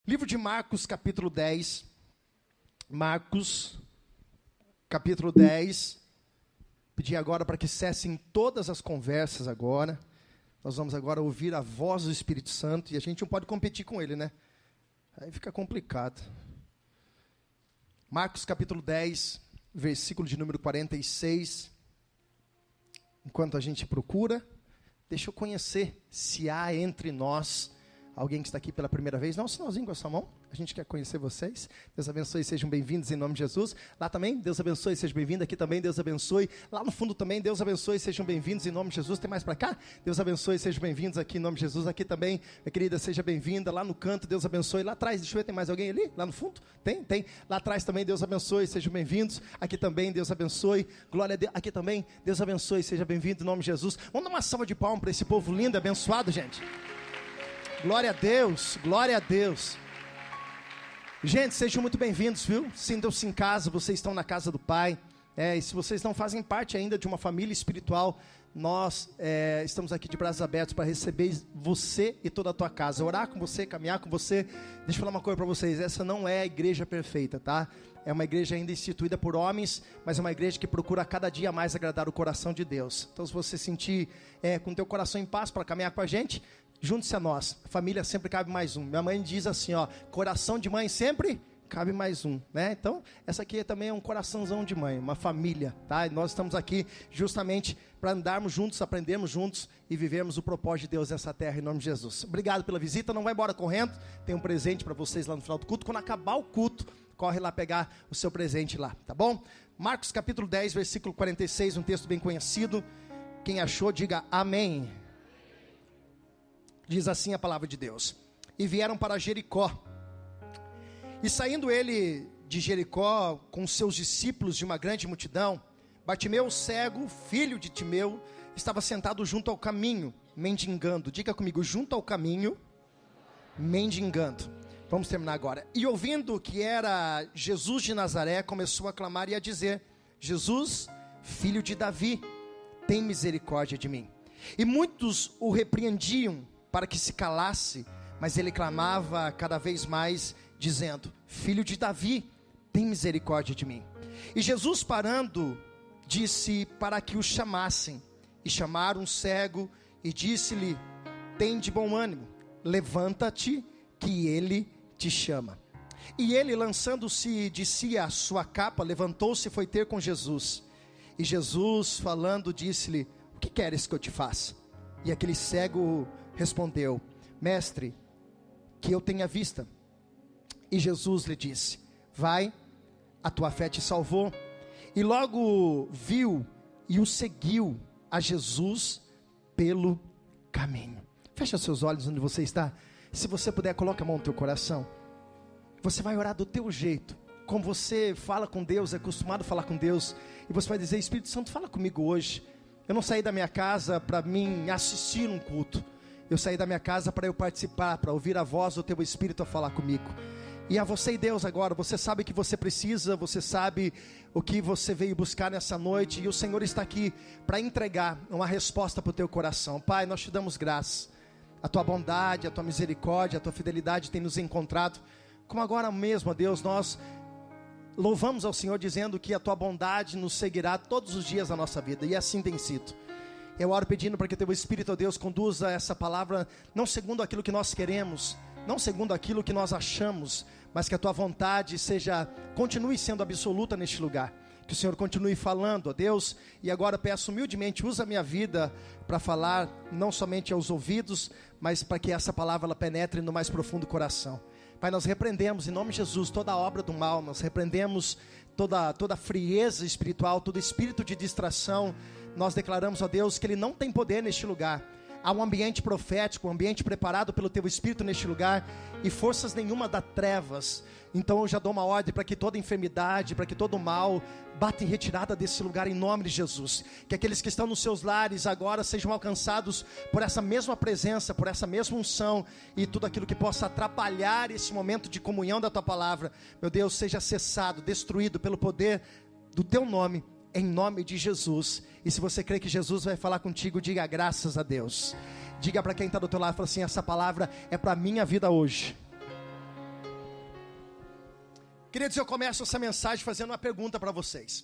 Livro de Marcos, capítulo 10. Marcos, capítulo 10. Pedi agora para que cessem todas as conversas agora. Nós vamos agora ouvir a voz do Espírito Santo. E a gente não pode competir com ele, né? Aí fica complicado. Marcos, capítulo 10, versículo de número 46. Enquanto a gente procura, deixa eu conhecer se há entre nós alguém que está aqui pela primeira vez. Dá um sinalzinho com a sua mão. A gente quer conhecer vocês. Deus abençoe, sejam bem-vindos em nome de Jesus. Lá também, Deus abençoe, sejam bem-vindos. Aqui também, Deus abençoe. Lá no fundo também, Deus abençoe, sejam bem-vindos em nome de Jesus. Tem mais para cá? Deus abençoe, sejam bem-vindos aqui em nome de Jesus. Aqui também, minha querida, seja bem-vinda. Lá no canto, Deus abençoe. Lá atrás, deixa eu ver, tem mais alguém ali? Lá no fundo? Tem. Lá atrás também, Deus abençoe, sejam bem-vindos. Aqui também, Deus abençoe. Glória a Deus. Aqui também, Deus abençoe, seja bem-vindo em nome de Jesus. Vamos dar uma salva de palmas para esse povo lindo, abençoado, gente. Glória a Deus, glória a Deus. Gente, sejam muito bem-vindos, viu? Sintam-se em casa, vocês estão na casa do Pai. E se vocês não fazem parte ainda de uma família espiritual, nós estamos aqui de braços abertos para receber você e toda a tua casa, orar com você, caminhar com você. Deixa eu falar uma coisa para vocês, essa não é a igreja perfeita, tá? É uma igreja ainda instituída por homens, mas é uma igreja que procura cada dia mais agradar o coração de Deus. Então, se você sentir com o teu coração em paz para caminhar com a gente, junte-se a nós. Família sempre cabe mais um. Minha mãe diz assim, ó, coração de mãe sempre cabe mais um, né? Então, essa aqui também é um coraçãozão de mãe, uma família, tá? E nós estamos aqui justamente para andarmos juntos, aprendermos juntos e vivermos o propósito de Deus nessa terra, em nome de Jesus. Obrigado pela visita, não vai embora correndo, tem um presente para vocês lá no final do culto. Quando acabar o culto, corre lá pegar o seu presente lá, tá bom? Marcos capítulo 10, versículo 46, um texto bem conhecido. Quem achou, diga amém. Diz assim a palavra de Deus: e vieram para Jericó, e saindo ele de Jericó com seus discípulos de uma grande multidão, Bartimeu, o cego, filho de Timeu, estava sentado junto ao caminho, mendigando. Diga comigo, junto ao caminho, mendigando. Vamos terminar agora. E ouvindo que era Jesus de Nazaré, começou a clamar e a dizer: Jesus, filho de Davi, tem misericórdia de mim. E muitos o repreendiam para que se calasse, mas ele clamava cada vez mais, dizendo: Filho de Davi, tem misericórdia de mim. E Jesus, parando, disse para que o chamassem. E chamaram um cego e disse-lhe: tem de bom ânimo, levanta-te, que ele te chama. E ele, lançando-se de si a sua capa, levantou-se e foi ter com Jesus. E Jesus, falando, disse-lhe: o que queres que eu te faça? E aquele cego respondeu: mestre, que eu tenha vista. E Jesus lhe disse: vai, a tua fé te salvou. E logo viu e o seguiu a Jesus pelo caminho. Fecha seus olhos onde você está. Se você puder, coloque a mão no teu coração. Você vai orar do teu jeito, como você fala com Deus, é acostumado a falar com Deus. E você vai dizer: Espírito Santo, fala comigo hoje. Eu não saí da minha casa para mim assistir um culto. Eu saí da minha casa para eu participar, para ouvir a voz do teu Espírito a falar comigo. E a você e Deus agora, você sabe o que você precisa, você sabe o que você veio buscar nessa noite. E o Senhor está aqui para entregar uma resposta para o teu coração. Pai, nós te damos graça. A tua bondade, a tua misericórdia, a tua fidelidade tem nos encontrado. Como agora mesmo, ó Deus, nós louvamos ao Senhor dizendo que a tua bondade nos seguirá todos os dias da nossa vida. E assim tem sido. Eu oro pedindo para que teu Espírito, ó Deus, conduza essa palavra, não segundo aquilo que nós queremos, não segundo aquilo que nós achamos, mas que a tua vontade continue sendo absoluta neste lugar. Que o Senhor continue falando, ó Deus. E agora peço humildemente, usa a minha vida para falar, não somente aos ouvidos, mas para que essa palavra ela penetre no mais profundo coração. Pai, nós repreendemos em nome de Jesus toda a obra do mal, nós repreendemos toda frieza espiritual, todo espírito de distração. Nós declaramos, ó Deus, que ele não tem poder neste lugar. Há um ambiente profético, um ambiente preparado pelo teu Espírito neste lugar, e forças nenhuma das trevas. Então eu já dou uma ordem para que toda enfermidade, para que todo mal bata em retirada desse lugar em nome de Jesus. Que aqueles que estão nos seus lares agora sejam alcançados por essa mesma presença, por essa mesma unção, e tudo aquilo que possa atrapalhar esse momento de comunhão da tua palavra, meu Deus, seja cessado, destruído pelo poder do teu nome, em nome de Jesus. E se você crê que Jesus vai falar contigo, diga graças a Deus. Diga para quem está do teu lado, fala assim: essa palavra é para a minha vida hoje. Queridos, eu começo essa mensagem fazendo uma pergunta para vocês.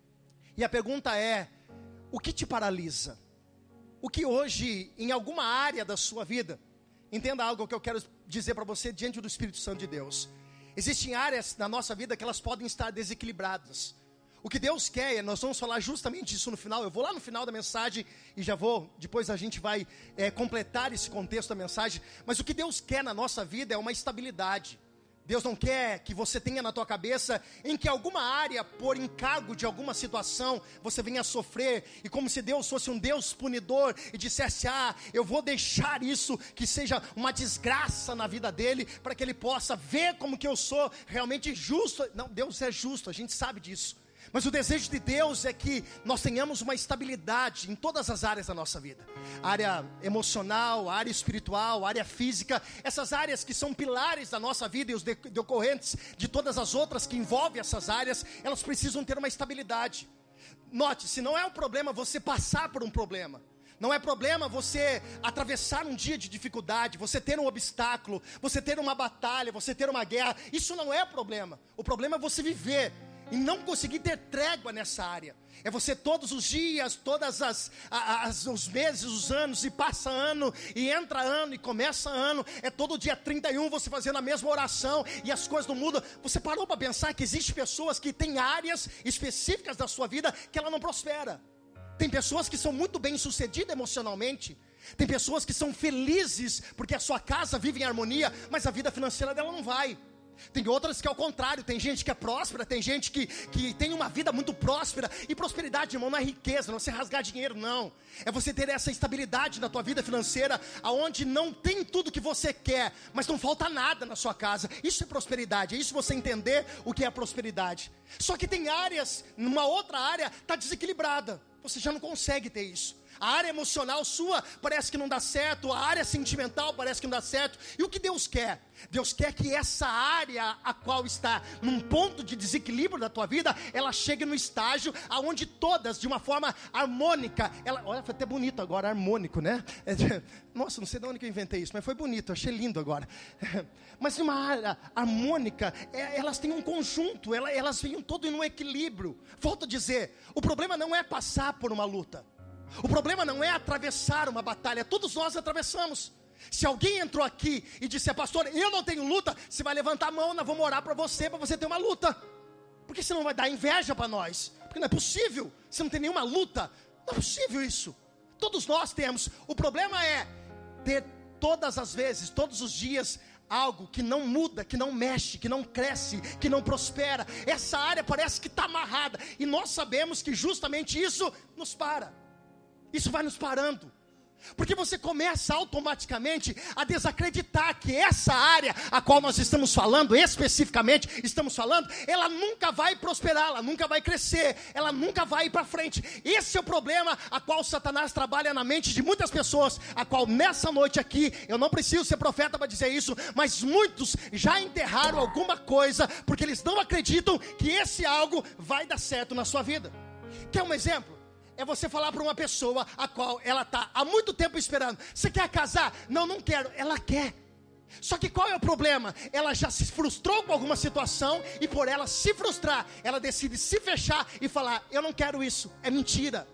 E a pergunta é: o que te paralisa? O que hoje, em alguma área da sua vida, entenda algo que eu quero dizer para você diante do Espírito Santo de Deus. Existem áreas na nossa vida que elas podem estar desequilibradas. O que Deus quer, nós vamos falar justamente isso no final. Eu vou lá no final da mensagem e já vou, depois a gente vai completar esse contexto da mensagem. Mas o que Deus quer na nossa vida é uma estabilidade. Deus não quer que você tenha na tua cabeça em que alguma área, por encargo de alguma situação, você venha a sofrer. E como se Deus fosse um Deus punidor e dissesse: eu vou deixar isso que seja uma desgraça na vida dele, para que ele possa ver como que eu sou realmente justo. Não, Deus é justo, a gente sabe disso. Mas o desejo de Deus é que nós tenhamos uma estabilidade em todas as áreas da nossa vida. A área emocional, a área espiritual, a área física. Essas áreas que são pilares da nossa vida e os decorrentes de todas as outras que envolvem essas áreas, elas precisam ter uma estabilidade. Note, se não é um problema você passar por um problema. Não é problema você atravessar um dia de dificuldade, você ter um obstáculo, você ter uma batalha, você ter uma guerra. Isso não é problema. O problema é você viver e não conseguir ter trégua nessa área. É você todos os dias, todas os meses, os anos, e passa ano, e entra ano, e começa ano. É todo dia 31 você fazendo a mesma oração, e as coisas não mudam. Você parou para pensar que existem pessoas que têm áreas específicas da sua vida que ela não prospera. Tem pessoas que são muito bem sucedidas emocionalmente. Tem pessoas que são felizes porque a sua casa vive em harmonia, mas a vida financeira dela não vai. Tem outras que é o contrário. Tem gente que é próspera, tem gente que tem uma vida muito próspera. E prosperidade, irmão, não é riqueza, não é você rasgar dinheiro, não. É você ter essa estabilidade na tua vida financeira, aonde não tem tudo que você quer, mas não falta nada na sua casa. Isso é prosperidade, é isso você entender o que é prosperidade. Só que tem áreas, numa outra área está desequilibrada. Você já não consegue ter isso. A área emocional sua parece que não dá certo, a área sentimental parece que não dá certo. E o que Deus quer? Deus quer que essa área a qual está num ponto de desequilíbrio da tua vida, ela chegue no estágio aonde todas, de uma forma harmônica, olha, foi até bonito agora, harmônico, né? Nossa, não sei de onde que eu inventei isso, mas foi bonito, achei lindo agora. Mas numa área harmônica, elas têm um conjunto, elas vêm todo em um equilíbrio. Volto a dizer, o problema não é passar por uma luta. O problema não é atravessar uma batalha, todos nós atravessamos. Se alguém entrou aqui e disse: pastor, eu não tenho luta, você vai levantar a mão, nós vamos orar para você ter uma luta. Porque senão vai dar inveja para nós. Porque não é possível, você não tem nenhuma luta. Não é possível isso. Todos nós temos. O problema é ter todas as vezes, todos os dias, algo que não muda, que não mexe, que não cresce, que não prospera. Essa área parece que está amarrada. E nós sabemos que justamente isso nos para. Isso vai nos parando. Porque você começa automaticamente a desacreditar que essa área a qual nós estamos falando, especificamente estamos falando, ela nunca vai prosperar, ela nunca vai crescer, ela nunca vai ir para frente. Esse é o problema a qual Satanás trabalha na mente de muitas pessoas, a qual nessa noite aqui, eu não preciso ser profeta para dizer isso, mas muitos já enterraram alguma coisa, porque eles não acreditam que esse algo vai dar certo na sua vida. Quer um exemplo? É você falar para uma pessoa a qual ela está há muito tempo esperando: você quer casar? Não, não quero. Ela quer. Só que qual é o problema? Ela já se frustrou com alguma situação, e por ela se frustrar, ela decide se fechar e falar: eu não quero isso. É mentira.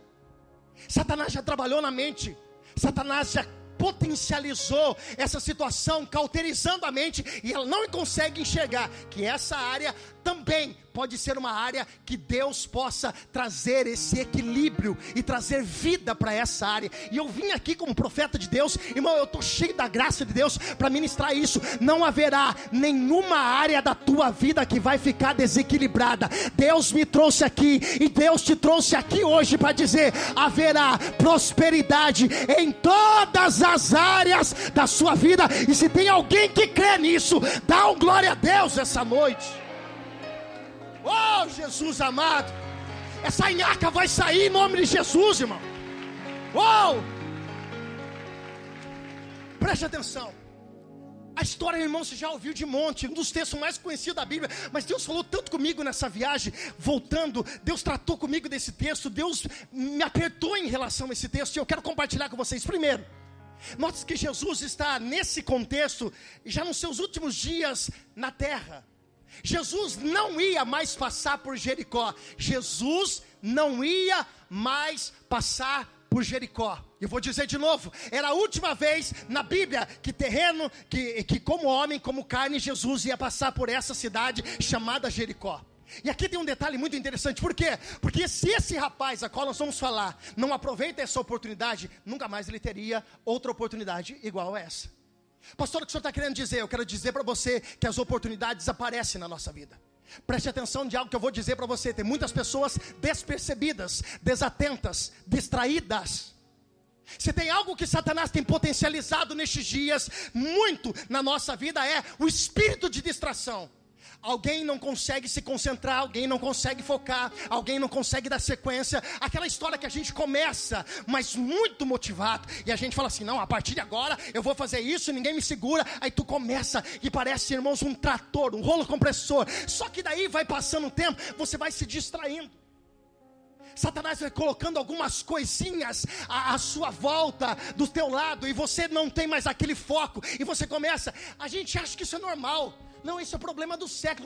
Satanás já trabalhou na mente. Satanás já potencializou essa situação, cauterizando a mente, e ela não consegue enxergar que essa área também pode ser uma área que Deus possa trazer esse equilíbrio e trazer vida para essa área. E eu vim aqui como profeta de Deus, irmão, eu estou cheio da graça de Deus para ministrar isso. Não haverá nenhuma área da tua vida que vai ficar desequilibrada. Deus me trouxe aqui, e Deus te trouxe aqui hoje para dizer: haverá prosperidade em todas as áreas da sua vida. E se tem alguém que crê nisso, dá um glória a Deus essa noite. Oh, Jesus amado, essa nhaca vai sair em nome de Jesus, irmão. Oh, preste atenção. A história, irmão, você já ouviu de monte, um dos textos mais conhecidos da Bíblia. Mas Deus falou tanto comigo nessa viagem, voltando. Deus tratou comigo desse texto. Deus me apertou em relação a esse texto, e eu quero compartilhar com vocês. Primeiro, note que Jesus está nesse contexto, já nos seus últimos dias na terra. Jesus não ia mais passar por Jericó. Jesus não ia mais passar por Jericó. Eu vou dizer de novo, era a última vez na Bíblia que terreno, que como homem, como carne, Jesus ia passar por essa cidade chamada Jericó. E aqui tem um detalhe muito interessante, por quê? Porque se esse rapaz, a qual nós vamos falar, não aproveita essa oportunidade, nunca mais ele teria outra oportunidade igual a essa. Pastor, o que o senhor está querendo dizer? Eu quero dizer para você que as oportunidades aparecem na nossa vida. Preste atenção de algo que eu vou dizer para você. Tem muitas pessoas despercebidas, desatentas, distraídas. Se tem algo que Satanás tem potencializado nestes dias, muito na nossa vida, é o espírito de distração. Alguém não consegue se concentrar, alguém não consegue focar, alguém não consegue dar sequência. Aquela história que a gente começa, mas muito motivado, e a gente fala assim, não, a partir de agora eu vou fazer isso, ninguém me segura. Aí tu começa e parece, irmãos, um trator, um rolo compressor. Só que daí vai passando o tempo, você vai se distraindo. Satanás vai colocando algumas coisinhas à sua volta, do teu lado, e você não tem mais aquele foco, e você começa, a gente acha que isso é normal. Não, isso é o problema do século.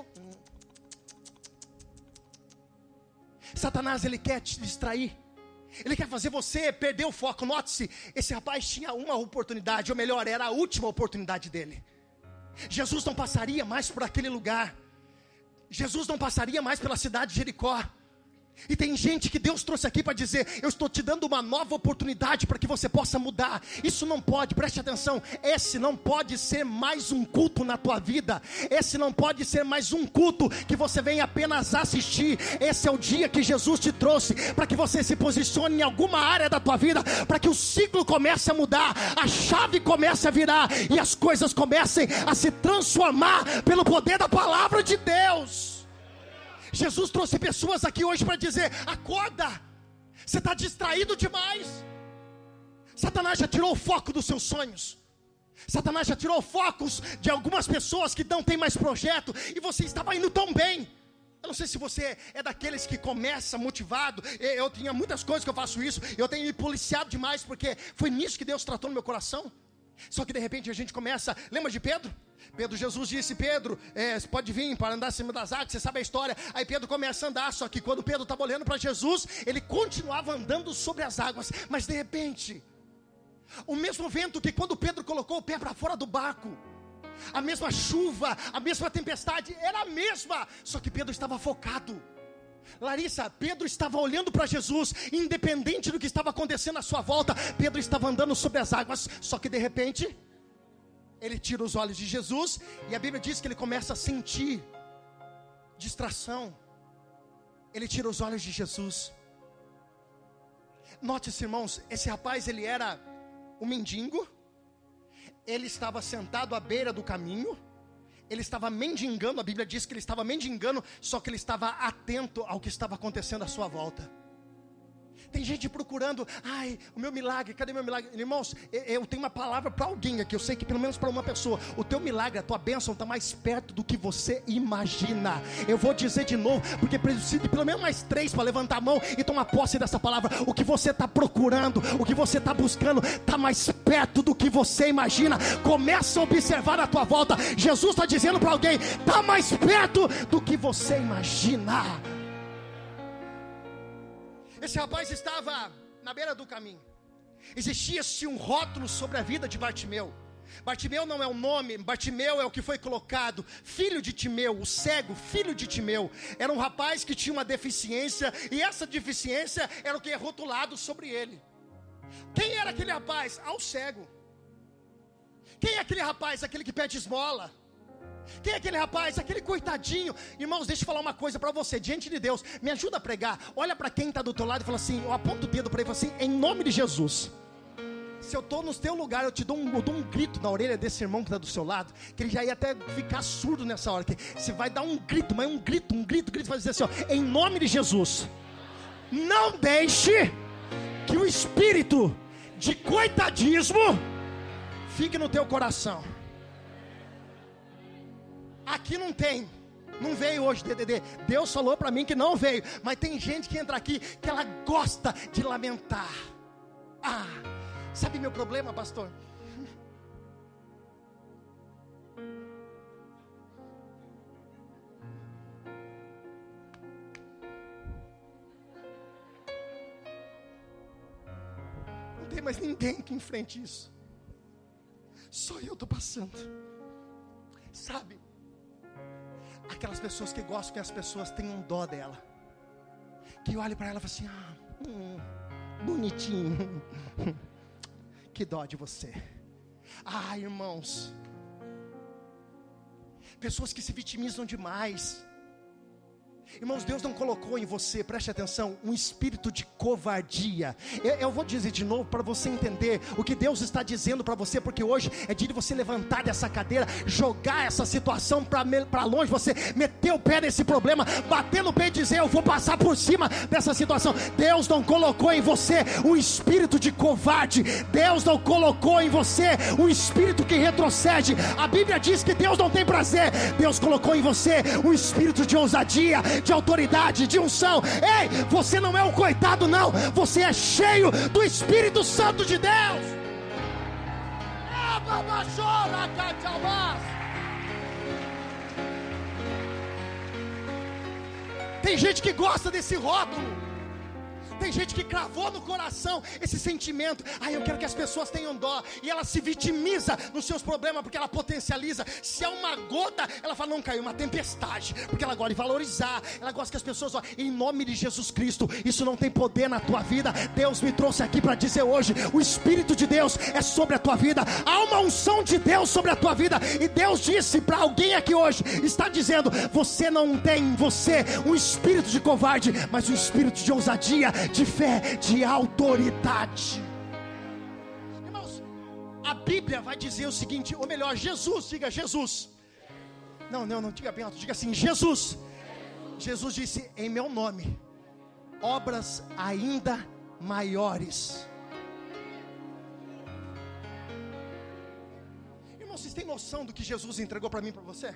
Satanás, ele quer te distrair. Ele quer fazer você perder o foco. Note-se, esse rapaz tinha uma oportunidade, ou melhor, era a última oportunidade dele. Jesus não passaria mais por aquele lugar. Jesus não passaria mais pela cidade de Jericó. E tem gente que Deus trouxe aqui para dizer, eu estou te dando uma nova oportunidade para que você possa mudar. Isso não pode, preste atenção, esse não pode ser mais um culto na tua vida. Esse não pode ser mais um culto que você vem apenas assistir. Esse é o dia que Jesus te trouxe para que você se posicione em alguma área da tua vida, para que o ciclo comece a mudar, a chave comece a virar e as coisas comecem a se transformar pelo poder da palavra de Deus. Jesus trouxe pessoas aqui hoje para dizer, acorda, você está distraído demais. Satanás já tirou o foco dos seus sonhos. Satanás já tirou focos de algumas pessoas que não tem mais projeto, e você estava indo tão bem. Eu não sei se você é daqueles que começa motivado. Eu tinha muitas coisas que eu faço isso, eu tenho me policiado demais, porque foi nisso que Deus tratou no meu coração. Só que de repente a gente começa, lembra de Pedro? Jesus disse, Pedro, você pode vir para andar acima das águas, você sabe a história. Aí Pedro começa a andar, só que quando Pedro estava olhando para Jesus, ele continuava andando sobre as águas. Mas de repente, o mesmo vento que quando Pedro colocou o pé para fora do barco, a mesma chuva, a mesma tempestade, era a mesma, só que Pedro estava focado. Larissa, Pedro estava olhando para Jesus, independente do que estava acontecendo à sua volta, Pedro estava andando sobre as águas, só que de repente, ele tira os olhos de Jesus, e a Bíblia diz que ele começa a sentir distração. Ele tira os olhos de Jesus. Note-se, irmãos, esse rapaz, ele era um mendigo, ele estava sentado à beira do caminho, ele estava mendigando, a Bíblia diz que ele estava mendigando, só que ele estava atento ao que estava acontecendo à sua volta. Tem gente procurando, ai, o meu milagre, cadê meu milagre? Irmãos, eu tenho uma palavra para alguém aqui, eu sei que pelo menos para uma pessoa, o teu milagre, a tua bênção está mais perto do que você imagina. Eu vou dizer de novo, porque preciso de pelo menos mais 3 para levantar a mão e tomar posse dessa palavra. O que você está procurando, o que você está buscando, está mais perto do que você imagina. Começa a observar a tua volta. Jesus está dizendo para alguém, está mais perto do que você imagina. Esse rapaz estava na beira do caminho. Existia-se um rótulo sobre a vida de Bartimeu. Bartimeu não é o nome, Bartimeu é o que foi colocado. Filho de Timeu, o cego, filho de Timeu. Era um rapaz que tinha uma deficiência, e essa deficiência era o que é rotulado sobre ele. Quem era aquele rapaz? O cego. Quem é aquele rapaz? Aquele que pede esmola. Quem é aquele rapaz? Aquele coitadinho. Irmãos, deixa eu falar uma coisa para você. Diante de Deus, me ajuda a pregar. Olha para quem está do teu lado e fala assim, eu aponto o dedo para ele e falo assim, em nome de Jesus, se eu estou no teu lugar, eu dou um grito na orelha desse irmão que está do seu lado, que ele já ia até ficar surdo nessa hora, que você vai dar um grito, mas um grito, vai dizer assim, ó, em nome de Jesus, não deixe que o espírito de coitadismo fique no teu coração. Aqui não tem, não veio hoje, DDD. Deus falou para mim que não veio, mas tem gente que entra aqui que ela gosta de lamentar. Sabe meu problema, pastor? tem mais ninguém que enfrente isso. Só eu estou passando. Sabe? Aquelas pessoas que gostam que as pessoas tenham dó dela. Que olhe para ela e fala assim: bonitinho. Que dó de você. Irmãos. Pessoas que se vitimizam demais. Irmãos, Deus não colocou em você, preste atenção, um espírito de covardia. Eu vou dizer de novo para você entender o que Deus está dizendo para você, porque hoje é dia de você levantar dessa cadeira, jogar essa situação para longe, você meter o pé nesse problema, bater no pé e dizer: eu vou passar por cima dessa situação. Deus não colocou em você um espírito de covarde. Deus não colocou em você um espírito que retrocede. A Bíblia diz que Deus não tem prazer. Deus colocou em você um espírito de ousadia, de autoridade, de unção. Ei, você não é um coitado não, você é cheio do Espírito Santo de Deus. Tem gente que gosta desse rótulo. Tem gente que cravou no coração esse sentimento: eu quero que as pessoas tenham dó. E ela se vitimiza nos seus problemas, porque ela potencializa. Se é uma gota, ela fala: não, caiu uma tempestade. Porque ela gosta de valorizar. Ela gosta que as pessoas, em nome de Jesus Cristo, isso não tem poder na tua vida. Deus me trouxe aqui para dizer hoje: o Espírito de Deus é sobre a tua vida. Há uma unção de Deus sobre a tua vida. E Deus disse para alguém aqui hoje, está dizendo: você não tem em você um espírito de covarde, mas um espírito de ousadia, de fé, de autoridade. Irmãos, a Bíblia vai dizer o seguinte, ou melhor, Jesus, diga Jesus. Não, diga bem alto, diga assim: Jesus. Jesus disse: em meu nome, obras ainda maiores. Irmãos, vocês têm noção do que Jesus entregou para mim e para você?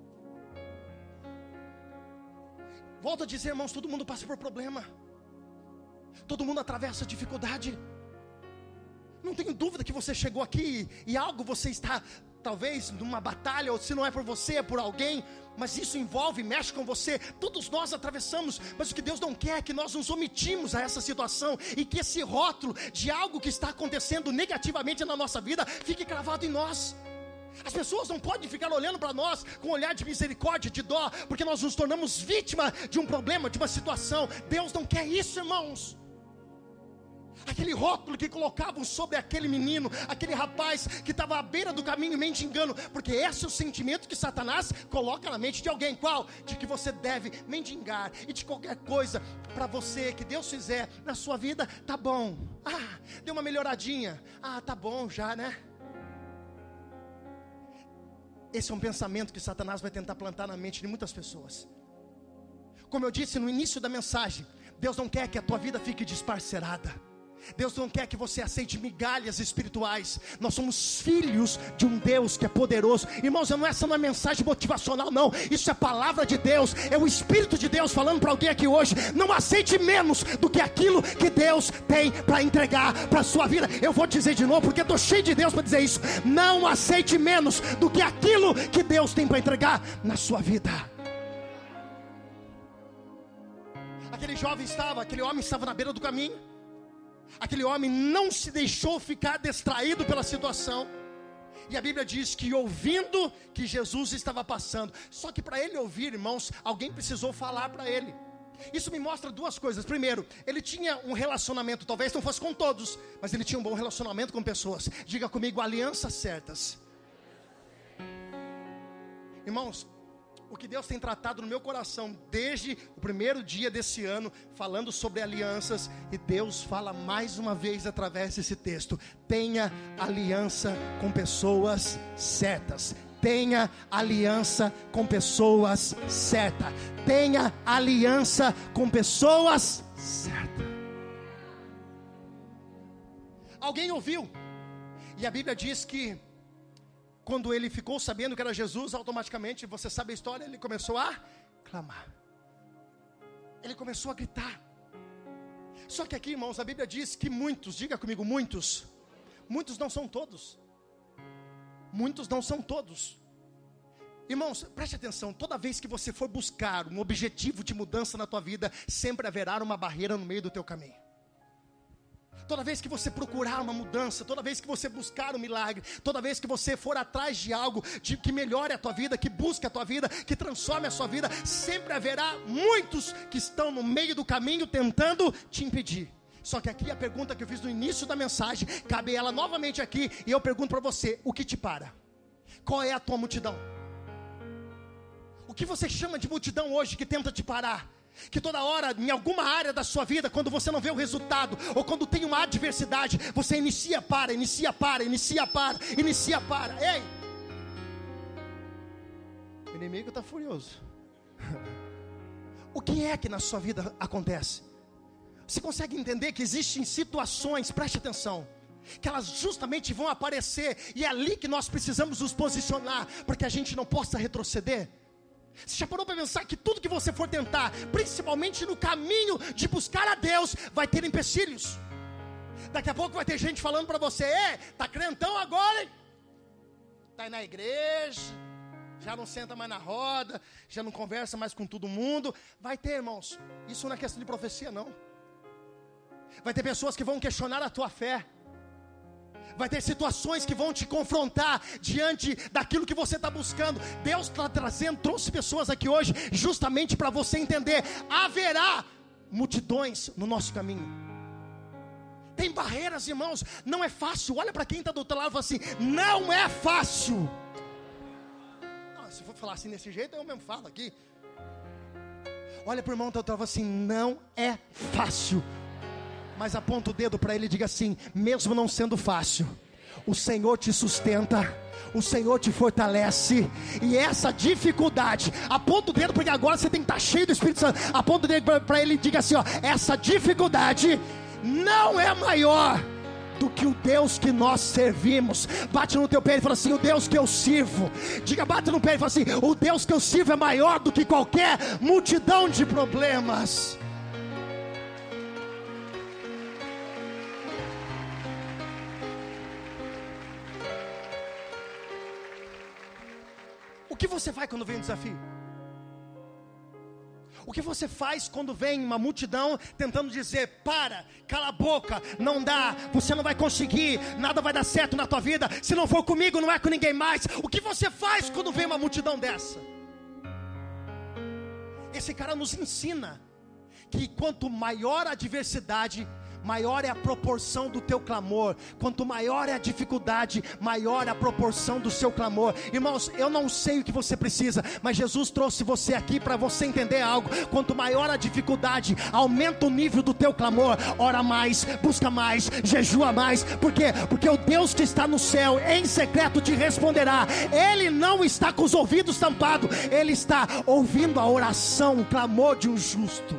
Volto a dizer, irmãos, todo mundo passa por problema. Todo mundo atravessa dificuldade. Não tenho dúvida que você chegou aqui e algo você está, talvez, numa batalha, ou se não é por você, é por alguém, mas isso envolve, mexe com você. Todos nós atravessamos, mas o que Deus não quer é que nós nos omitimos a essa situação, e que esse rótulo de algo que está acontecendo negativamente na nossa vida fique cravado em nós. As pessoas não podem ficar olhando para nós com um olhar de misericórdia, de dó, porque nós nos tornamos vítima de um problema, de uma situação. Deus não quer isso, irmãos. Aquele rótulo que colocavam sobre aquele menino, aquele rapaz que estava à beira do caminho mendigando, porque esse é o sentimento que Satanás coloca na mente de alguém. Qual? De que você deve mendigar, e de qualquer coisa para você que Deus fizer na sua vida, tá bom. Deu uma melhoradinha, tá bom já, né? Esse é um pensamento que Satanás vai tentar plantar na mente de muitas pessoas. Como eu disse no início da mensagem, Deus não quer que a tua vida fique desparcerada. Deus não quer que você aceite migalhas espirituais. Nós somos filhos de um Deus que é poderoso. Irmãos, essa não é mensagem motivacional não. Isso é palavra de Deus. É o Espírito de Deus falando para alguém aqui hoje. Não aceite menos do que aquilo que Deus tem para entregar para a sua vida. Eu vou dizer de novo, porque estou cheio de Deus para dizer isso. Não aceite menos do que aquilo que Deus tem para entregar na sua vida. Aquele homem estava na beira do caminho. Aquele homem não se deixou ficar distraído pela situação. E a Bíblia diz que ouvindo que Jesus estava passando. Só que para ele ouvir, irmãos, alguém precisou falar para ele. Isso me mostra duas coisas. Primeiro, ele tinha um relacionamento, talvez não fosse com todos, mas ele tinha um bom relacionamento com pessoas. Diga comigo: alianças certas. Irmãos, o que Deus tem tratado no meu coração desde o primeiro dia desse ano, falando sobre alianças, e Deus fala mais uma vez através desse texto: tenha aliança com pessoas certas. Tenha aliança com pessoas certas. Tenha aliança com pessoas certas. Alguém ouviu, e a Bíblia diz que quando ele ficou sabendo que era Jesus, automaticamente, você sabe a história, ele começou a clamar. Ele começou a gritar. Só que aqui, irmãos, a Bíblia diz que muitos, diga comigo, muitos não são todos. Muitos não são todos. Irmãos, preste atenção, toda vez que você for buscar um objetivo de mudança na tua vida, sempre haverá uma barreira no meio do teu caminho. Toda vez que você procurar uma mudança, toda vez que você buscar um milagre, toda vez que você for atrás de algo que melhore a tua vida, que busque a tua vida, que transforme a sua vida, sempre haverá muitos que estão no meio do caminho tentando te impedir. Só que aqui a pergunta que eu fiz no início da mensagem, cabe ela novamente aqui, e eu pergunto para você, o que te para? Qual é a tua multidão? O que você chama de multidão hoje que tenta te parar? Que toda hora, em alguma área da sua vida, quando você não vê o resultado, ou quando tem uma adversidade, você inicia, para. Ei! O inimigo está furioso. O que é que na sua vida acontece? Você consegue entender que existem situações, preste atenção, que elas justamente vão aparecer, e é ali que nós precisamos nos posicionar, para que a gente não possa retroceder? Você já parou para pensar que tudo que você for tentar, principalmente no caminho de buscar a Deus, vai ter empecilhos? Daqui a pouco vai ter gente falando para você, tá crentão agora, hein? Tá aí na igreja, já não senta mais na roda, já não conversa mais com todo mundo. Vai ter, irmãos, isso não é questão de profecia não. Vai ter pessoas que vão questionar a tua fé. Vai ter situações que vão te confrontar diante daquilo que você está buscando. Deus está trouxe pessoas aqui hoje justamente para você entender. Haverá multidões no nosso caminho. Tem barreiras, irmãos, não é fácil. Olha para quem está do outro lado e fala assim, não é fácil. Não, se for falar assim desse jeito, eu mesmo falo aqui. Olha para o irmão do outro lado e fala assim, não é fácil. Mas aponta o dedo para ele e diga assim, mesmo não sendo fácil, o Senhor te sustenta, o Senhor te fortalece. E essa dificuldade, aponta o dedo, porque agora você tem que estar cheio do Espírito Santo. Aponta o dedo para ele e diga assim, essa dificuldade não é maior do que o Deus que nós servimos. Bate no teu pé e fala assim, o Deus que eu sirvo. Diga, bate no pé e fala assim, o Deus que eu sirvo é maior do que qualquer multidão de problemas. O que você faz quando vem um desafio? O que você faz quando vem uma multidão tentando dizer, para, cala a boca, não dá, você não vai conseguir, nada vai dar certo na tua vida, se não for comigo não é com ninguém mais. O que você faz quando vem uma multidão dessa? Esse cara nos ensina que quanto maior a adversidade, maior é a proporção do teu clamor. Quanto maior é a dificuldade, maior é a proporção do seu clamor. Irmãos, eu não sei o que você precisa, mas Jesus trouxe você aqui para você entender algo. Quanto maior a dificuldade, aumenta o nível do teu clamor. Ora mais, busca mais, jejua mais. Por quê? Porque o Deus que está no céu, em secreto te responderá. Ele não está com os ouvidos tampados, Ele está ouvindo a oração, o clamor de um justo.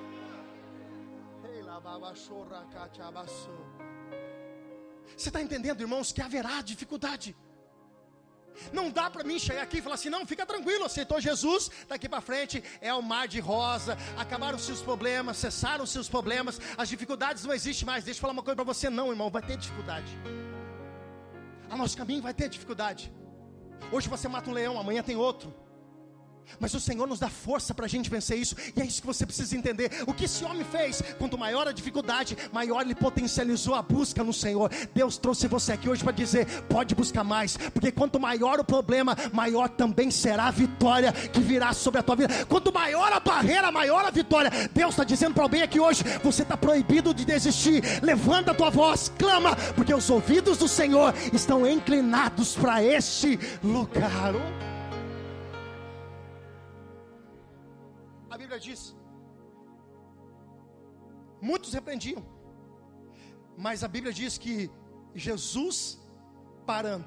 Você está entendendo, irmãos, que haverá dificuldade? Não dá para mim chegar aqui e falar assim, não, fica tranquilo, aceitou Jesus, daqui para frente é o mar de rosa, acabaram-se os problemas, cessaram-se os problemas, as dificuldades não existem mais. Deixa eu falar uma coisa para você, não, irmão, vai ter dificuldade. A nosso caminho vai ter dificuldade. Hoje você mata um leão, amanhã tem outro. Mas o Senhor nos dá força para a gente vencer isso. E é isso que você precisa entender. O que esse homem fez? Quanto maior a dificuldade, maior ele potencializou a busca no Senhor. Deus trouxe você aqui hoje para dizer, pode buscar mais, porque quanto maior o problema, maior também será a vitória que virá sobre a tua vida. Quanto maior a barreira, maior a vitória. Deus está dizendo para alguém aqui hoje, você está proibido de desistir. Levanta a tua voz, clama, porque os ouvidos do Senhor estão inclinados para este lugar. A Bíblia diz, muitos repreendiam, mas a Bíblia diz que Jesus parando.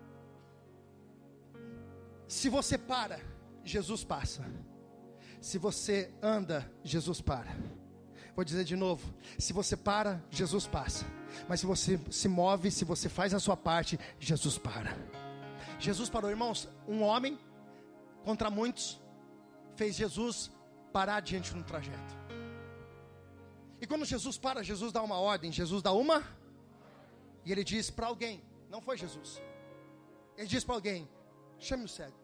Se você para, Jesus passa. Se você anda, Jesus para. Vou dizer de novo, se você para, Jesus passa. Mas se você se move, se você faz a sua parte, Jesus para. Jesus parou, irmãos. Um homem contra muitos fez Jesus parar diante de um trajeto. E quando Jesus para, Jesus dá uma ordem. Jesus dá uma, e ele diz para alguém, não foi Jesus, ele diz para alguém, chame o cego.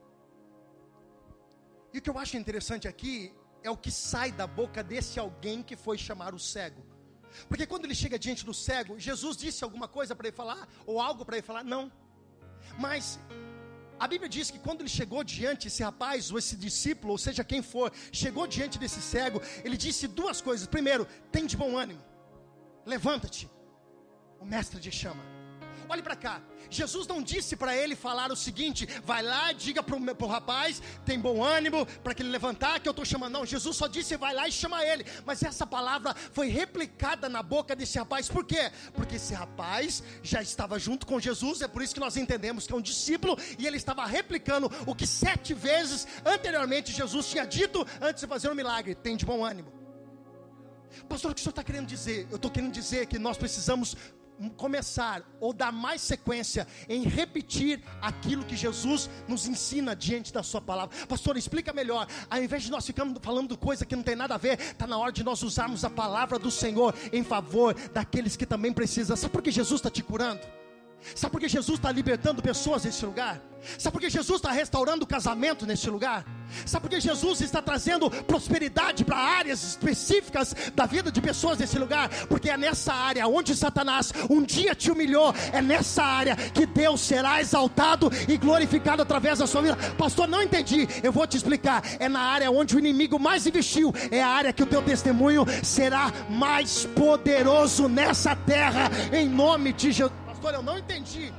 E o que eu acho interessante aqui é o que sai da boca desse alguém que foi chamar o cego. Porque quando ele chega diante do cego, Jesus disse alguma coisa para ele falar, ou algo para ele falar? Não. Mas a Bíblia diz que quando ele chegou diante, esse rapaz, ou esse discípulo, ou seja quem for, chegou diante desse cego, ele disse duas coisas. Primeiro, tem de bom ânimo, levanta-te, o mestre te chama. Olhe para cá, Jesus não disse para ele falar o seguinte: vai lá, diga para o rapaz, tem bom ânimo, para que ele levantar, que eu estou chamando. Não, Jesus só disse, vai lá e chama ele. Mas essa palavra foi replicada na boca desse rapaz. Por quê? Porque esse rapaz já estava junto com Jesus. É por isso que nós entendemos que é um discípulo, e ele estava replicando o que 7 vezes anteriormente Jesus tinha dito antes de fazer o milagre: tem de bom ânimo. Pastor, o que o senhor está querendo dizer? Eu estou querendo dizer que nós precisamos começar ou dar mais sequência em repetir aquilo que Jesus nos ensina diante da sua palavra. Pastor, explica melhor. Ao invés de nós ficarmos falando coisa que não tem nada a ver, está na hora de nós usarmos a palavra do Senhor em favor daqueles que também precisam. Sabe por que Jesus está te curando? Sabe por que Jesus está libertando pessoas nesse lugar? Sabe por que Jesus está restaurando o casamento nesse lugar? Sabe por que Jesus está trazendo prosperidade para áreas específicas da vida de pessoas nesse lugar? Porque é nessa área onde Satanás um dia te humilhou, é nessa área que Deus será exaltado e glorificado através da sua vida. Pastor, não entendi. Eu vou te explicar. É na área onde o inimigo mais investiu, é a área que o teu testemunho será mais poderoso nessa terra, em nome de Jesus. Pastor, eu não entendi.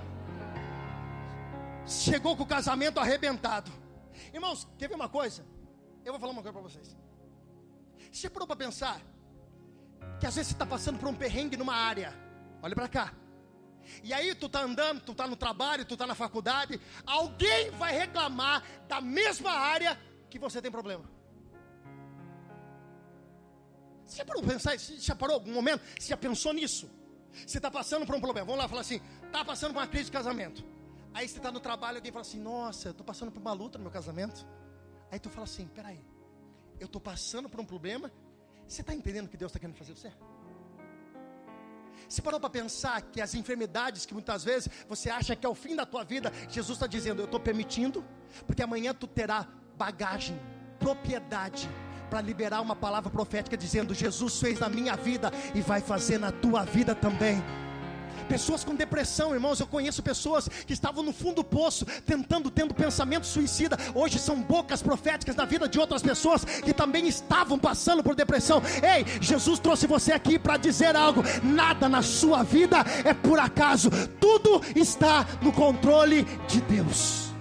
Chegou com o casamento arrebentado. Irmãos, quer ver uma coisa? Eu vou falar uma coisa para vocês. Você parou para pensar que às vezes você está passando por um perrengue numa área? Olha para cá. E aí tu está andando, tu está no trabalho, tu está na faculdade, alguém vai reclamar da mesma área que você tem problema. Você já parou para pensar? Você já parou algum momento? Você já pensou nisso? Você está passando por um problema, vamos lá, falar assim, está passando por uma crise de casamento. Aí você está no trabalho, alguém fala assim, nossa, eu estou passando por uma luta no meu casamento. Aí tu fala assim, peraí, eu estou passando por um problema. Você está entendendo o que Deus está querendo fazer com você? Você parou para pensar que as enfermidades que muitas vezes você acha que é o fim da tua vida, Jesus está dizendo, eu estou permitindo, porque amanhã tu terá bagagem, propriedade, para liberar uma palavra profética dizendo, Jesus fez na minha vida e vai fazer na tua vida também. Pessoas com depressão, irmãos, eu conheço pessoas que estavam no fundo do poço, tendo pensamento suicida, hoje são bocas proféticas na vida de outras pessoas que também estavam passando por depressão. Ei, Jesus trouxe você aqui para dizer algo, nada na sua vida é por acaso, tudo está no controle de Deus.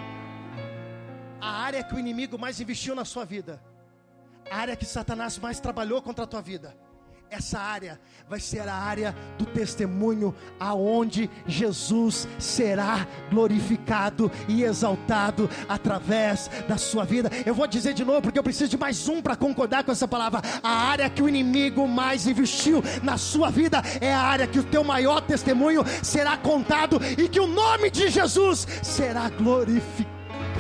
A área que o inimigo mais investiu na sua vida, a área que Satanás mais trabalhou contra a tua vida, essa área vai ser a área do testemunho, aonde Jesus será glorificado e exaltado através da sua vida. Eu vou dizer de novo, porque eu preciso de mais um para concordar com essa palavra. A área que o inimigo mais investiu na sua vida é a área que o teu maior testemunho será contado e que o nome de Jesus será glorificado.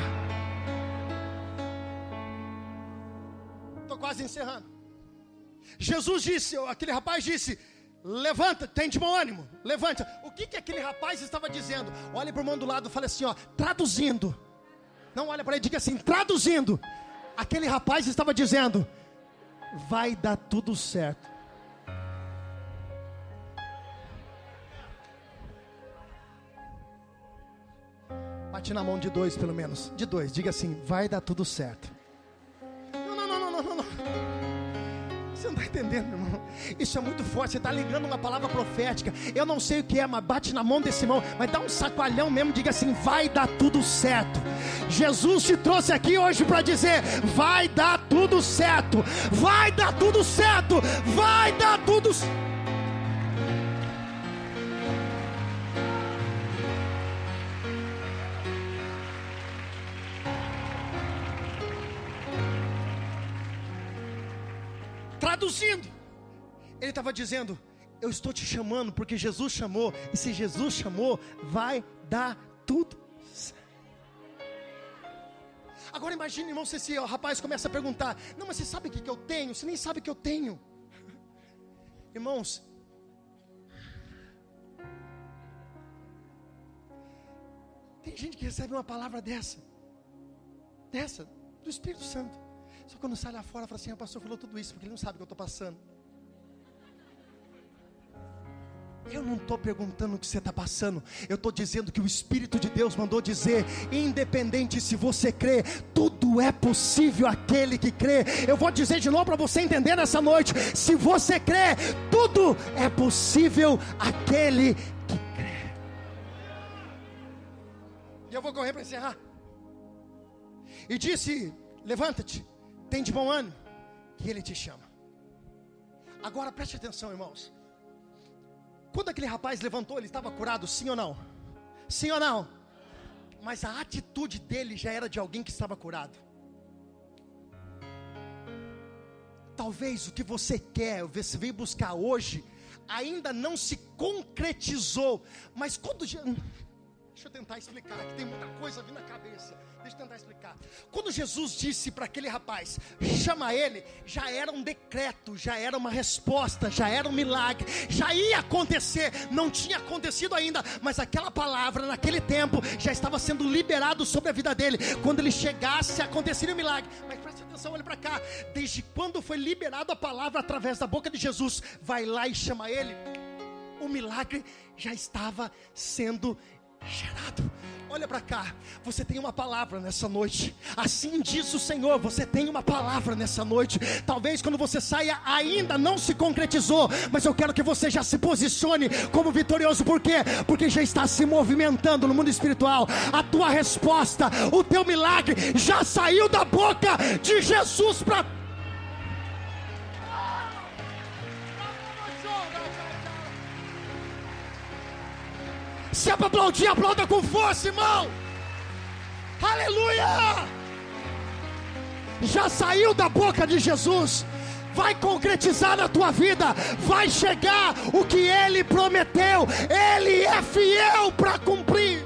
Estou quase encerrando. Jesus disse, aquele rapaz disse, levanta, tem de bom ânimo, levanta. O que aquele rapaz estava dizendo? Olha para o irmão do lado e fala assim, ó, traduzindo. Não, olha para ele, diga assim, traduzindo. Aquele rapaz estava dizendo, vai dar tudo certo. Bate na mão de 2 pelo menos, de 2, diga assim, vai dar tudo certo. Não. Você não está entendendo, irmão? Isso é muito forte, você está ligando uma palavra profética. Eu não sei o que é, mas bate na mão desse irmão, mas dá um sacoalhão mesmo, diga assim, vai dar tudo certo. Jesus te trouxe aqui hoje para dizer, vai dar tudo certo. Vai dar tudo certo. Vai dar tudo certo. Traduzindo, ele estava dizendo, eu estou te chamando porque Jesus chamou, e se Jesus chamou, vai dar tudo certo. Agora imagine, irmão, se esse rapaz começa a perguntar, não, mas você sabe o que eu tenho? Você nem sabe o que eu tenho. Irmãos, tem gente que recebe uma palavra dessa, do Espírito Santo. Só quando sai lá fora, fala assim, o pastor falou tudo isso, porque ele não sabe o que eu estou passando. Eu não estou perguntando o que você está passando. Eu estou dizendo que o Espírito de Deus mandou dizer: independente se você crê, tudo é possível àquele que crê. Eu vou dizer de novo para você entender nessa noite: se você crê, tudo é possível àquele que crê. E eu vou correr para encerrar. E disse: levanta-te, tem de bom ânimo, que ele te chama. Agora preste atenção, irmãos. Quando aquele rapaz levantou, ele estava curado, sim ou não? Sim ou não? Mas a atitude dele já era de alguém que estava curado. Talvez o que você quer, você veio buscar hoje, ainda não se concretizou. Mas quando... Deixa eu tentar explicar, que tem muita coisa vindo na cabeça. Deixa eu tentar explicar. Quando Jesus disse para aquele rapaz: chama ele, já era um decreto, já era uma resposta, já era um milagre, já ia acontecer. Não tinha acontecido ainda, mas aquela palavra naquele tempo já estava sendo liberado sobre a vida dele. Quando ele chegasse, aconteceria o milagre. Mas preste atenção, olha para cá. Desde quando foi liberada a palavra através da boca de Jesus, vai lá e chama ele, o milagre já estava sendo gerado. Olha para cá, você tem uma palavra nessa noite. Assim diz o Senhor, você tem uma palavra nessa noite. Talvez quando você saia ainda não se concretizou, mas eu quero que você já se posicione como vitorioso. Por quê? Porque já está se movimentando no mundo espiritual. A tua resposta, o teu milagre já saiu da boca de Jesus para... Se é para aplaudir, aplauda com força, irmão. Aleluia! Já saiu da boca de Jesus. Vai concretizar na tua vida. Vai chegar o que Ele prometeu. Ele é fiel para cumprir.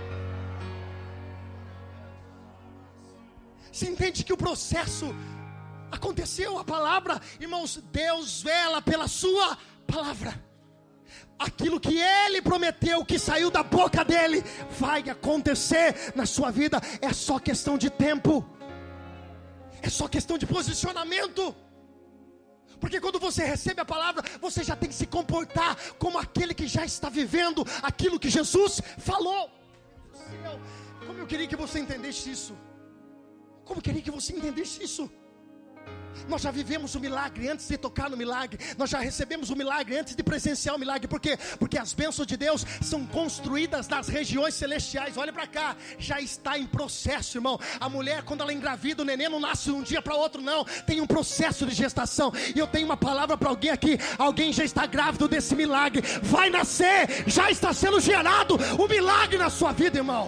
Você entende que o processo aconteceu? A palavra, irmãos, Deus vela pela sua palavra. Aquilo que Ele prometeu, que saiu da boca dEle, vai acontecer na sua vida. É só questão de tempo. É só questão de posicionamento. Porque quando você recebe a palavra, você já tem que se comportar como aquele que já está vivendo aquilo que Jesus falou. Como eu queria que você entendesse isso. Como eu queria que você entendesse isso. Nós já vivemos o milagre antes de tocar no milagre. Nós já recebemos o milagre antes de presenciar o milagre. Por quê? Porque as bênçãos de Deus são construídas nas regiões celestiais. Olha para cá, já está em processo, irmão. A mulher, quando ela engravida, o neném não nasce de um dia para outro, não. Tem um processo de gestação. E eu tenho uma palavra para alguém aqui. Alguém já está grávido desse milagre. Vai nascer, já está sendo gerado o milagre na sua vida, irmão.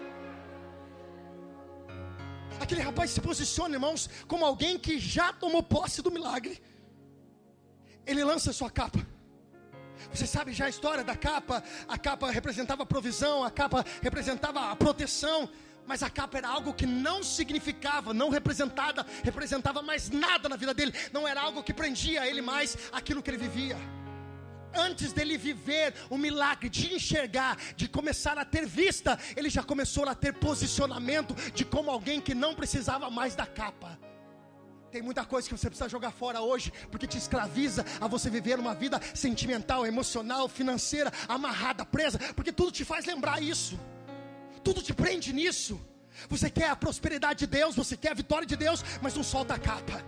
Aquele rapaz se posiciona, irmãos, como alguém que já tomou posse do milagre. Ele lança sua capa. Você sabe já a história da capa. A capa representava a provisão, a capa representava a proteção. Mas a capa era algo que não significava, não representava mais nada na vida dele. Não era algo que prendia a ele mais aquilo que ele vivia. Antes dele viver o milagre de enxergar, de começar a ter vista, ele já começou a ter posicionamento de como alguém que não precisava mais da capa. Tem muita coisa que você precisa jogar fora hoje, porque te escraviza a você viver uma vida sentimental, emocional, financeira, amarrada, presa, porque tudo te faz lembrar isso, tudo te prende nisso. Você quer a prosperidade de Deus, você quer a vitória de Deus, mas não solta a capa.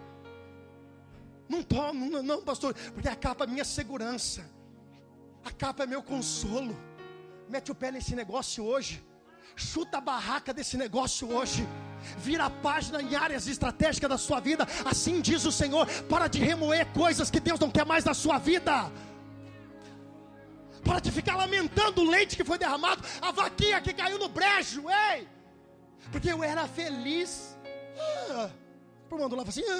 Não, pastor, porque a capa é minha segurança. A capa é meu consolo. Mete o pé nesse negócio hoje. Chuta a barraca desse negócio hoje. Vira a página em áreas estratégicas da sua vida. Assim diz o Senhor. Para de remoer coisas que Deus não quer mais na sua vida. Para de ficar lamentando o leite que foi derramado, a vaquinha que caiu no brejo. Ei! Porque eu era feliz. O irmão do lado assim.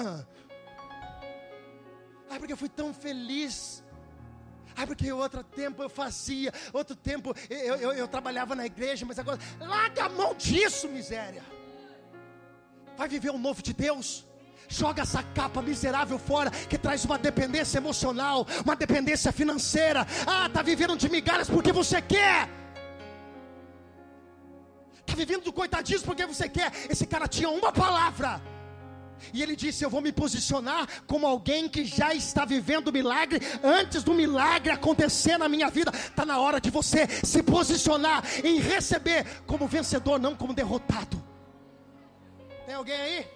Porque eu fui tão feliz. Porque outro tempo eu fazia, outro tempo eu trabalhava na igreja, mas agora, larga a mão disso, miséria. Vai viver o novo de Deus. Joga essa capa miserável fora, que traz uma dependência emocional, uma dependência financeira. Está vivendo de migalhas porque você quer. Está vivendo do coitadismo porque você quer. Esse cara tinha uma palavra. E ele disse: eu vou me posicionar como alguém que já está vivendo o milagre antes do milagre acontecer na minha vida. Está na hora de você se posicionar em receber como vencedor, não como derrotado. Tem alguém aí?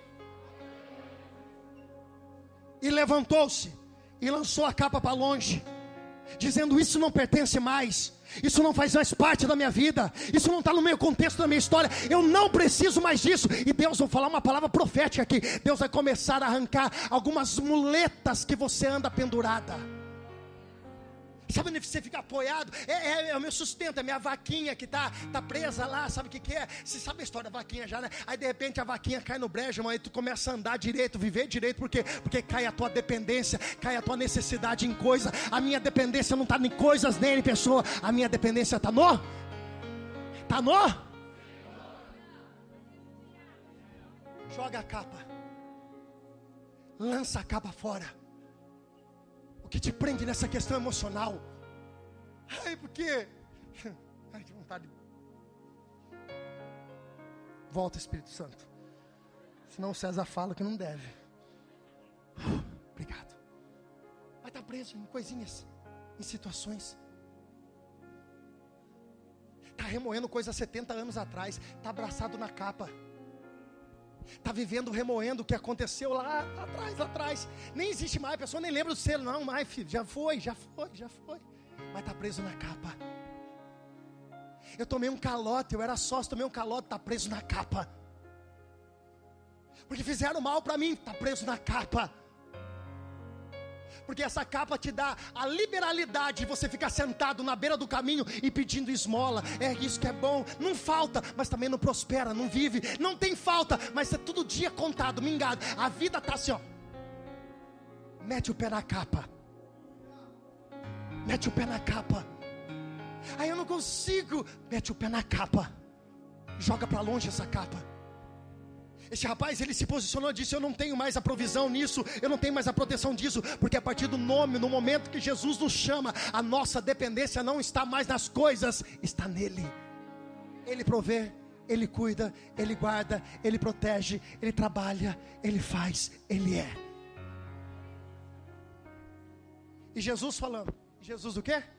E levantou-se e lançou a capa para longe, dizendo: isso não pertence mais, isso não faz mais parte da minha vida, isso não está no meu contexto da minha história, eu não preciso mais disso. E Deus vai falar uma palavra profética aqui. Deus vai começar a arrancar algumas muletas que você anda pendurada. Sabe onde você fica apoiado? É o meu sustento, é a minha vaquinha que tá presa lá. Sabe o que é? Você sabe a história da vaquinha já, né? Aí de repente a vaquinha cai no brejo, mas aí tu começa a andar direito, viver direito. Por quê? Porque cai a tua dependência, cai a tua necessidade em coisa. A minha dependência não está em coisas nem em pessoa. A minha dependência está no? Joga a capa, lança a capa fora. O que te prende nessa questão emocional? Ai, porque... Ai, que vontade. Volta, Espírito Santo. Senão o César fala que não deve. Obrigado. Vai estar preso em coisinhas, em situações. Está remoendo coisa há 70 anos atrás. Está abraçado na capa. Está vivendo, remoendo o que aconteceu lá atrás. Nem existe mais, a pessoa nem lembra do selo. Não, mais filho, já foi. Mas está preso na capa. Eu tomei um calote, eu era sócio, tomei um calote, está preso na capa. Porque fizeram mal para mim, está preso na capa. Porque essa capa te dá a liberalidade de você ficar sentado na beira do caminho e pedindo esmola. É isso que é bom, não falta, mas também não prospera, não vive. Não tem falta, mas é todo dia contado, mingado. A vida está assim, ó. Mete o pé na capa. Mete o pé na capa. Aí eu não consigo. Mete o pé na capa. Joga para longe essa capa. Esse rapaz, ele se posicionou e disse: eu não tenho mais a provisão nisso, eu não tenho mais a proteção disso, porque a partir do nome, no momento que Jesus nos chama, a nossa dependência não está mais nas coisas, está nele. Ele provê, ele cuida, ele guarda, ele protege, ele trabalha, ele faz, ele é. E Jesus falando, Jesus o quê?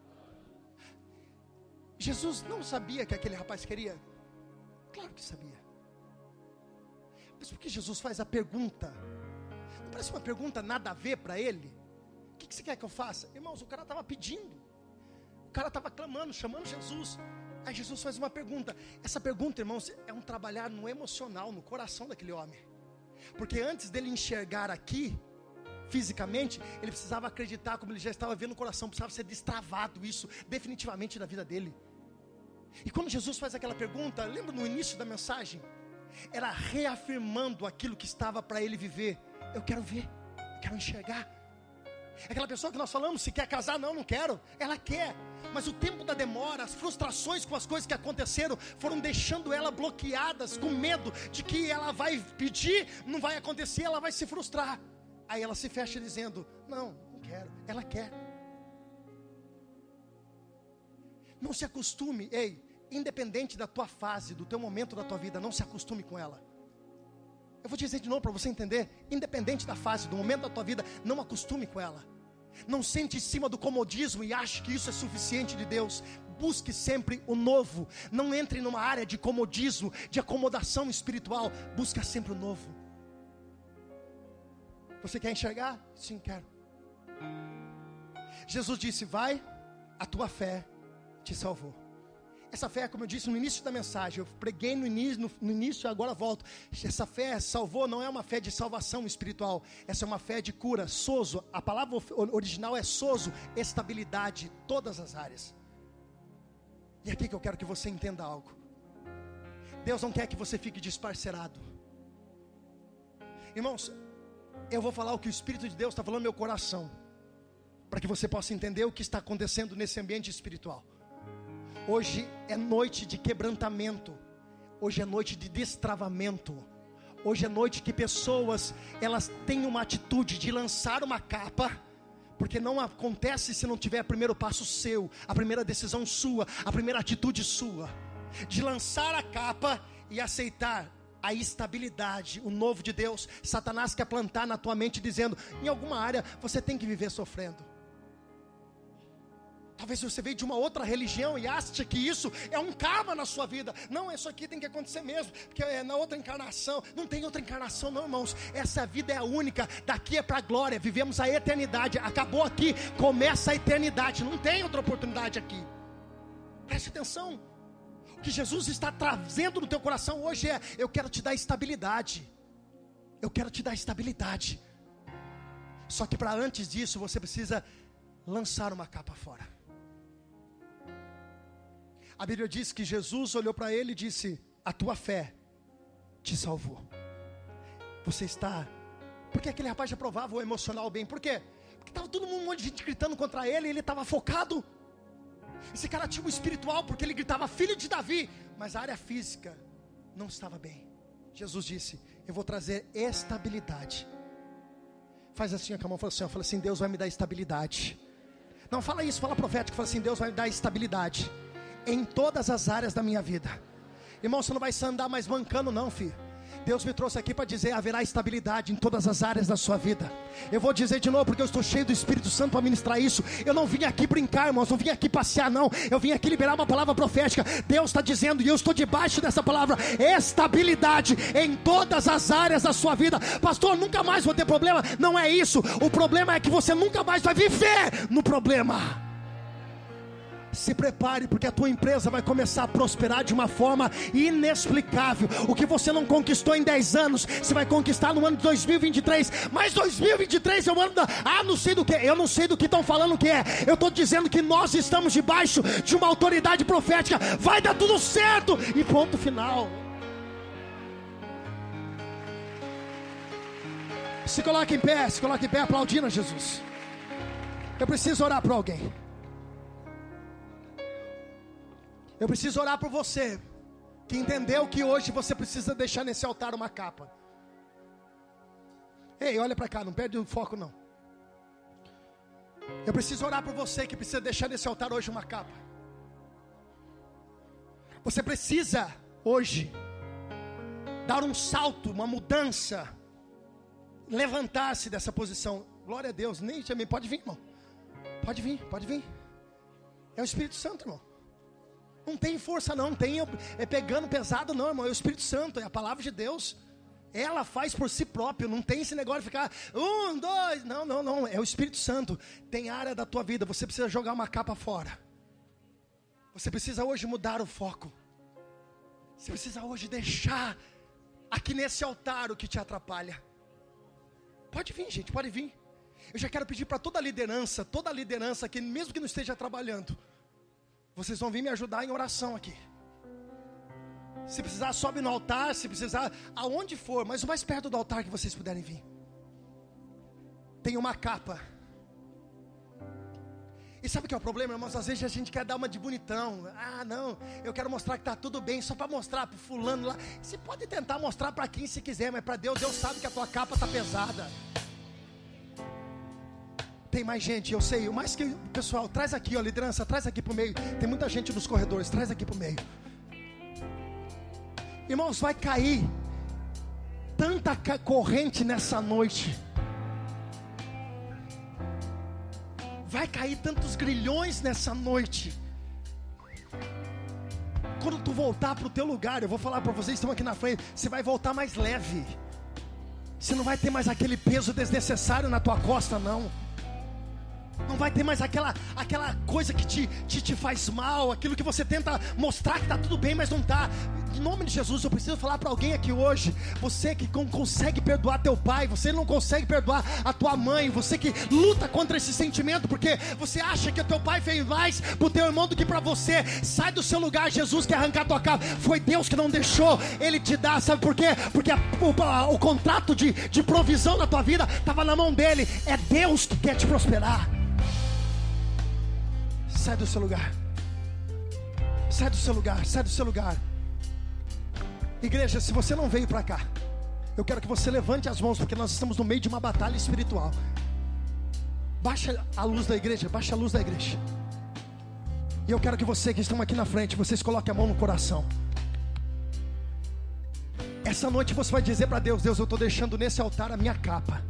Jesus não sabia que aquele rapaz queria? Claro que sabia. Mas por que Jesus faz a pergunta? Não parece uma pergunta nada a ver para ele? O que você quer que eu faça? Irmãos, o cara estava pedindo. O cara estava clamando, chamando Jesus. Aí Jesus faz uma pergunta. Essa pergunta, irmãos, é um trabalhar no emocional, no coração daquele homem. Porque antes dele enxergar aqui, fisicamente, ele precisava acreditar, como ele já estava vendo no coração. Precisava ser destravado isso, definitivamente, da vida dele. E quando Jesus faz aquela pergunta, lembra no início da mensagem? Era reafirmando aquilo que estava para ele viver. Eu quero ver, eu quero enxergar. Aquela pessoa que nós falamos, se quer casar, não quero. Ela quer, mas o tempo da demora, as frustrações com as coisas que aconteceram, foram deixando ela bloqueadas, com medo de que ela vai pedir, não vai acontecer, ela vai se frustrar. Aí ela se fecha dizendo, não quero. Ela quer. Não se acostume, independente da tua fase, do teu momento da tua vida, não se acostume com ela. Eu vou dizer de novo para você entender. Independente da fase, do momento da tua vida, não acostume com ela. Não sente em cima do comodismo e ache que isso é suficiente de Deus. Busque sempre o novo. Não entre numa área de comodismo, de acomodação espiritual. Busca sempre o novo. Você quer enxergar? Sim, quero. Jesus disse, vai, a tua fé te salvou. Essa fé, como eu disse no início da mensagem, eu preguei no início e agora volto. Essa fé salvou, não é uma fé de salvação espiritual. Essa é uma fé de cura, sozo. A palavra original é sozo, estabilidade, todas as áreas. E aqui que eu quero que você entenda algo. Deus não quer que você fique desparcerado. Irmãos, eu vou falar o que o Espírito de Deus está falando no meu coração, para que você possa entender o que está acontecendo nesse ambiente espiritual. Hoje é noite de quebrantamento. Hoje é noite de destravamento. Hoje é noite que pessoas, elas têm uma atitude de lançar uma capa, porque não acontece se não tiver o primeiro passo seu, a primeira decisão sua, a primeira atitude sua, de lançar a capa e aceitar a estabilidade, o novo de Deus. Satanás quer plantar na tua mente dizendo, em alguma área você tem que viver sofrendo. Talvez você veio de uma outra religião e acha que isso é um karma na sua vida. Não, isso aqui tem que acontecer mesmo, porque é na outra encarnação. Não tem outra encarnação não, irmãos. Essa vida é a única, daqui é para a glória. Vivemos a eternidade, acabou aqui, começa a eternidade. Não tem outra oportunidade aqui. Preste atenção. O que Jesus está trazendo no teu coração hoje é, eu quero te dar estabilidade. Eu quero te dar estabilidade. Só que para antes disso, você precisa lançar uma capa fora. A Bíblia diz que Jesus olhou para ele e disse, a tua fé te salvou. Você está... Porque aquele rapaz já provava o emocional bem. Por quê? Porque estava todo mundo, um monte de gente gritando contra ele, e ele estava focado. Esse cara tinha um espiritual, porque ele gritava, filho de Davi. Mas a área física não estava bem. Jesus disse, eu vou trazer estabilidade. Faz assim com a mão, fala assim, Deus vai me dar estabilidade. Não, fala isso, fala profético, fala assim, Deus vai me dar estabilidade em todas as áreas da minha vida. Irmão, você não vai andar mais mancando não, filho. Deus me trouxe aqui para dizer, haverá estabilidade em todas as áreas da sua vida. Eu vou dizer de novo, porque eu estou cheio do Espírito Santo para ministrar isso. Eu não vim aqui brincar, irmãos, não vim aqui passear não. Eu vim aqui liberar uma palavra profética. Deus está dizendo, e eu estou debaixo dessa palavra, estabilidade em todas as áreas da sua vida. Pastor, nunca mais vou ter problema. Não é isso, o problema é que você nunca mais vai viver no problema. Se prepare, porque a tua empresa vai começar a prosperar de uma forma inexplicável. O que você não conquistou em 10 anos, você vai conquistar no ano de 2023. Mas 2023 é o ano da... não sei do que. Eu não sei do que estão falando que é. Eu estou dizendo que nós estamos debaixo de uma autoridade profética. Vai dar tudo certo. E ponto final. Se coloque em pé aplaudindo a Jesus. Eu preciso orar por alguém. Eu preciso orar por você que entendeu que hoje você precisa deixar nesse altar uma capa. Ei, olha para cá, não perde o foco não. Eu preciso orar por você que precisa deixar nesse altar hoje uma capa. Você precisa hoje dar um salto, uma mudança, levantar-se dessa posição. Glória a Deus, nem também pode vir, irmão. Pode vir. É o Espírito Santo, irmão. Não tem força não, tem pegando pesado não, irmão. É o Espírito Santo, é a palavra de Deus. Ela faz por si próprio. Não tem esse negócio de ficar 1, 2, não, é o Espírito Santo. Tem área da tua vida, você precisa jogar uma capa fora. Você precisa hoje mudar o foco. Você precisa hoje deixar aqui nesse altar o que te atrapalha. Pode vir, gente, pode vir. Eu já quero pedir para toda a liderança que mesmo que não esteja trabalhando, vocês vão vir me ajudar em oração aqui. Se precisar, sobe no altar. Se precisar, aonde for, mas o mais perto do altar que vocês puderem vir. Tem uma capa. E sabe o que é o problema, irmãos? Às vezes a gente quer dar uma de bonitão. Não, eu quero mostrar que está tudo bem, só para mostrar para o fulano lá. Você pode tentar mostrar para quem se quiser, mas para Deus, Deus sabe que a tua capa está pesada. Tem mais gente, eu sei, o mais que... Pessoal, traz aqui, ó, liderança, traz aqui pro meio. Tem muita gente nos corredores, traz aqui pro meio. Irmãos, vai cair tanta corrente nessa noite. Vai cair tantos grilhões nessa noite. Quando tu voltar pro teu lugar, eu vou falar para vocês que estão aqui na frente, você vai voltar mais leve. Você não vai ter mais aquele peso desnecessário na tua costa, não. Não vai ter mais aquela coisa que te faz mal, aquilo que você tenta mostrar que está tudo bem, mas não está. Em nome de Jesus, eu preciso falar para alguém aqui hoje. Você que não consegue perdoar teu pai, você não consegue perdoar a tua mãe, você que luta contra esse sentimento, porque você acha que o teu pai fez mais para o teu irmão do que para você. Sai do seu lugar, Jesus quer arrancar tua capa. Foi Deus que não deixou Ele te dar, sabe por quê? Porque o contrato de provisão na tua vida estava na mão dele. É Deus que quer te prosperar. Sai do seu lugar. Sai do seu lugar, sai do seu lugar. Igreja, se você não veio para cá, eu quero que você levante as mãos, porque nós estamos no meio de uma batalha espiritual. Baixa a luz da igreja, baixa a luz da igreja. E eu quero que você que estão aqui na frente, vocês coloquem a mão no coração. Essa noite você vai dizer para Deus: Deus, eu estou deixando nesse altar a minha capa.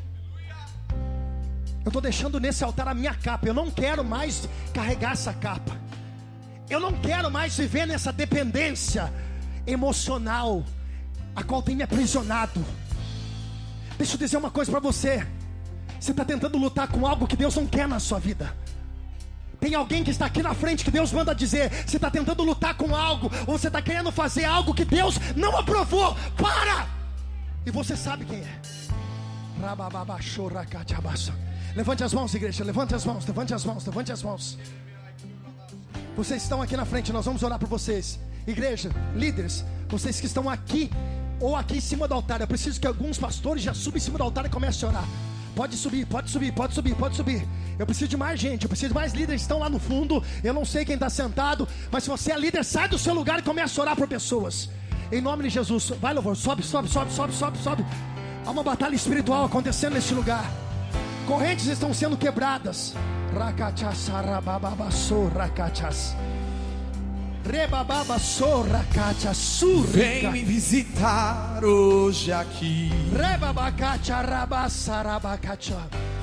Eu estou deixando nesse altar a minha capa. Eu não quero mais carregar essa capa. Eu não quero mais viver nessa dependência emocional a qual tem me aprisionado. Deixa eu dizer uma coisa para você. Você está tentando lutar com algo que Deus não quer na sua vida. Tem alguém que está aqui na frente que Deus manda dizer: você está tentando lutar com algo, ou você está querendo fazer algo que Deus não aprovou. Para! E você sabe quem é. Levante as mãos, igreja. Levante as mãos, levante as mãos, levante as mãos. Vocês estão aqui na frente, nós vamos orar por vocês. Igreja, líderes, vocês que estão aqui ou aqui em cima do altar, eu preciso que alguns pastores já subam em cima do altar e comecem a orar. Pode subir, pode subir, pode subir, pode subir. Eu preciso de mais gente, eu preciso de mais líderes que estão lá no fundo. Eu não sei quem está sentado, mas se você é líder, sai do seu lugar e comece a orar por pessoas. Em nome de Jesus, vai, louvor, sobe, sobe, sobe, sobe, sobe, sobe. Há uma batalha espiritual acontecendo neste lugar. Correntes estão sendo quebradas. Rakachas, rabababasso, rakachas. Rebababasso, rakachas, surra. Vem me visitar hoje aqui. Rebabacacha, rabassa, rabacacha.